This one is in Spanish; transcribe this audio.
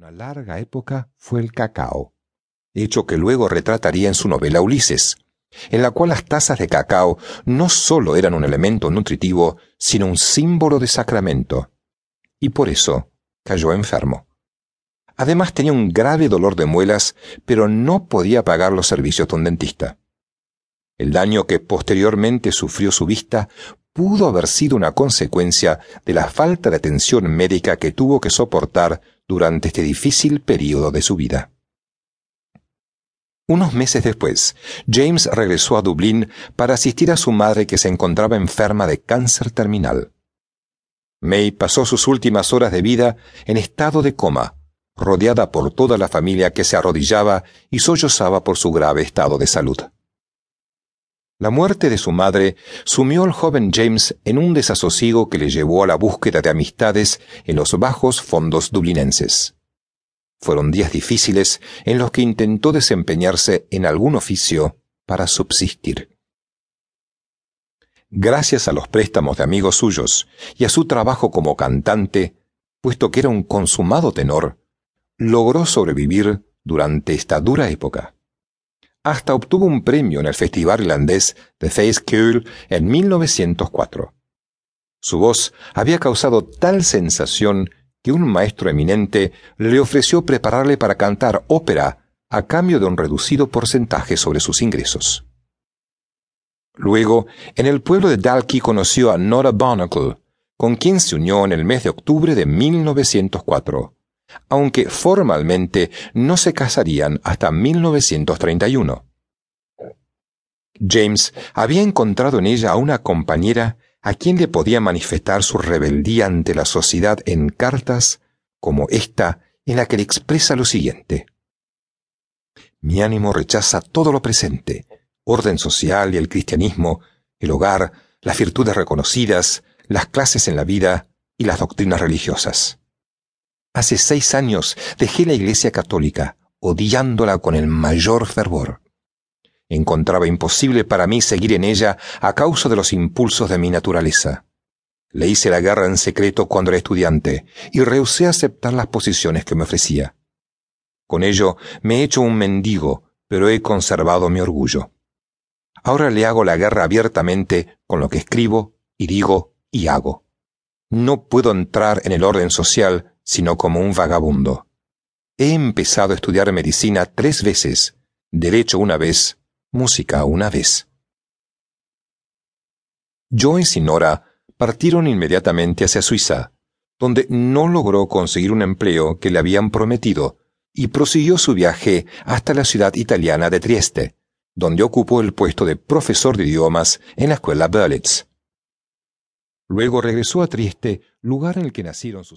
una larga época fue el cacao, hecho que luego retrataría en su novela Ulises, en la cual las tazas de cacao no solo eran un elemento nutritivo, sino un símbolo de sacramento, y por eso cayó enfermo. Además tenía un grave dolor de muelas, pero no podía pagar los servicios de un dentista. El daño que posteriormente sufrió su vista pudo haber sido una consecuencia de la falta de atención médica que tuvo que soportar durante este difícil período de su vida. Unos meses después, James regresó a Dublín para asistir a su madre que se encontraba enferma de cáncer terminal. May pasó sus últimas horas de vida en estado de coma, rodeada por toda la familia que se arrodillaba y sollozaba por su grave estado de salud. La muerte de su madre sumió al joven James en un desasosiego que le llevó a la búsqueda de amistades en los bajos fondos dublinenses. Fueron días difíciles en los que intentó desempeñarse en algún oficio para subsistir. Gracias a los préstamos de amigos suyos y a su trabajo como cantante, puesto que era un consumado tenor, logró sobrevivir durante esta dura época. Hasta obtuvo un premio en el Festival Irlandés de Fèis-Ceúil en 1904. Su voz había causado tal sensación que un maestro eminente le ofreció prepararle para cantar ópera a cambio de un reducido porcentaje sobre sus ingresos. Luego, en el pueblo de Dalkey conoció a Nora Barnacle, con quien se unió en el mes de octubre de 1904, aunque formalmente no se casarían hasta 1931. James había encontrado en ella a una compañera a quien le podía manifestar su rebeldía ante la sociedad en cartas como esta en la que le expresa lo siguiente: «Mi ánimo rechaza todo lo presente, orden social y el cristianismo, el hogar, las virtudes reconocidas, las clases en la vida y las doctrinas religiosas. Hace 6 años dejé la Iglesia Católica, odiándola con el mayor fervor. Encontraba imposible para mí seguir en ella a causa de los impulsos de mi naturaleza. Le hice la guerra en secreto cuando era estudiante y rehusé aceptar las posiciones que me ofrecía. Con ello me he hecho un mendigo, pero he conservado mi orgullo. Ahora le hago la guerra abiertamente con lo que escribo y digo y hago. No puedo entrar en el orden social sino como un vagabundo. He empezado a estudiar medicina 3 veces, derecho una vez, música una vez». Joyce y Nora partieron inmediatamente hacia Suiza, donde no logró conseguir un empleo que le habían prometido, y prosiguió su viaje hasta la ciudad italiana de Trieste, donde ocupó el puesto de profesor de idiomas en la escuela Berlitz. Luego regresó a Trieste, lugar en el que nacieron sus